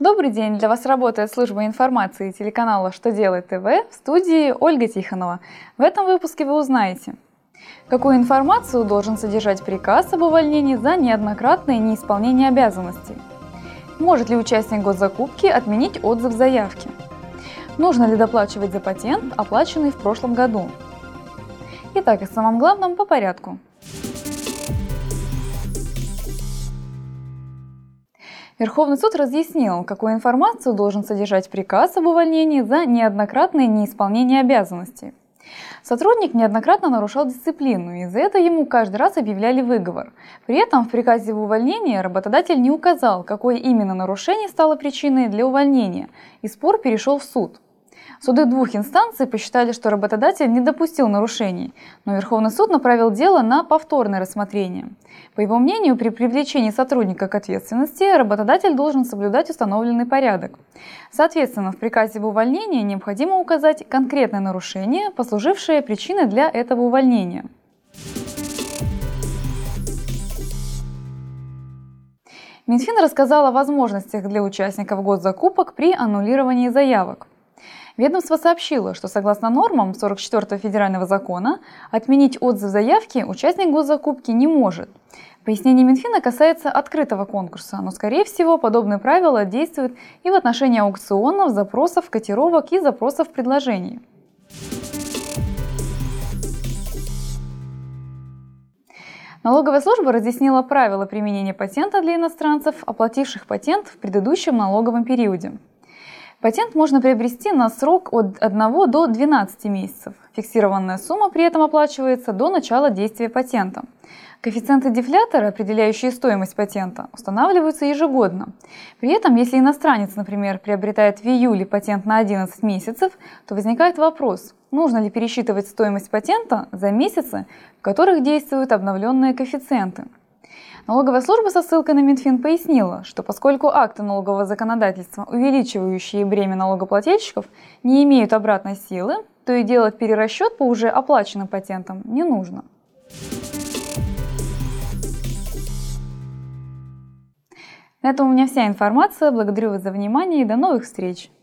Добрый день! Для вас работает служба информации телеканала «Что делает ТВ», в студии Ольга Тихонова. В этом выпуске вы узнаете, какую информацию должен содержать приказ об увольнении за неоднократное неисполнение обязанностей, может ли участник госзакупки отменить отзыв заявки, нужно ли доплачивать за патент, оплаченный в прошлом году. Итак, о самом главном по порядку. Верховный суд разъяснил, какую информацию должен содержать приказ об увольнении за неоднократное неисполнение обязанностей. Сотрудник неоднократно нарушал дисциплину, и за это ему каждый раз объявляли выговор. При этом в приказе об увольнении работодатель не указал, какое именно нарушение стало причиной для увольнения, и спор перешел в суд. Суды двух инстанций посчитали, что работодатель не допустил нарушений, но Верховный суд направил дело на повторное рассмотрение. По его мнению, при привлечении сотрудника к ответственности работодатель должен соблюдать установленный порядок. Соответственно, в приказе об увольнении необходимо указать конкретное нарушение, послужившее причиной для этого увольнения. Минфин рассказал о возможностях для участников госзакупок при аннулировании заявок. Ведомство сообщило, что согласно нормам 44-го федерального закона отменить отзыв заявки участник госзакупки не может. Пояснение Минфина касается открытого конкурса, но, скорее всего, подобные правила действуют и в отношении аукционов, запросов, котировок и запросов предложений. Налоговая служба разъяснила правила применения патента для иностранцев, оплативших патент в предыдущем налоговом периоде. Патент можно приобрести на срок от 1 до 12 месяцев. Фиксированная сумма при этом оплачивается до начала действия патента. Коэффициенты дефлятора, определяющие стоимость патента, устанавливаются ежегодно. При этом, если иностранец, например, приобретает в июле патент на 11 месяцев, то возникает вопрос, нужно ли пересчитывать стоимость патента за месяцы, в которых действуют обновленные коэффициенты. Налоговая служба со ссылкой на Минфин пояснила, что поскольку акты налогового законодательства, увеличивающие бремя налогоплательщиков, не имеют обратной силы, то и делать перерасчет по уже оплаченным патентам не нужно. На этом у меня вся информация. Благодарю вас за внимание и до новых встреч!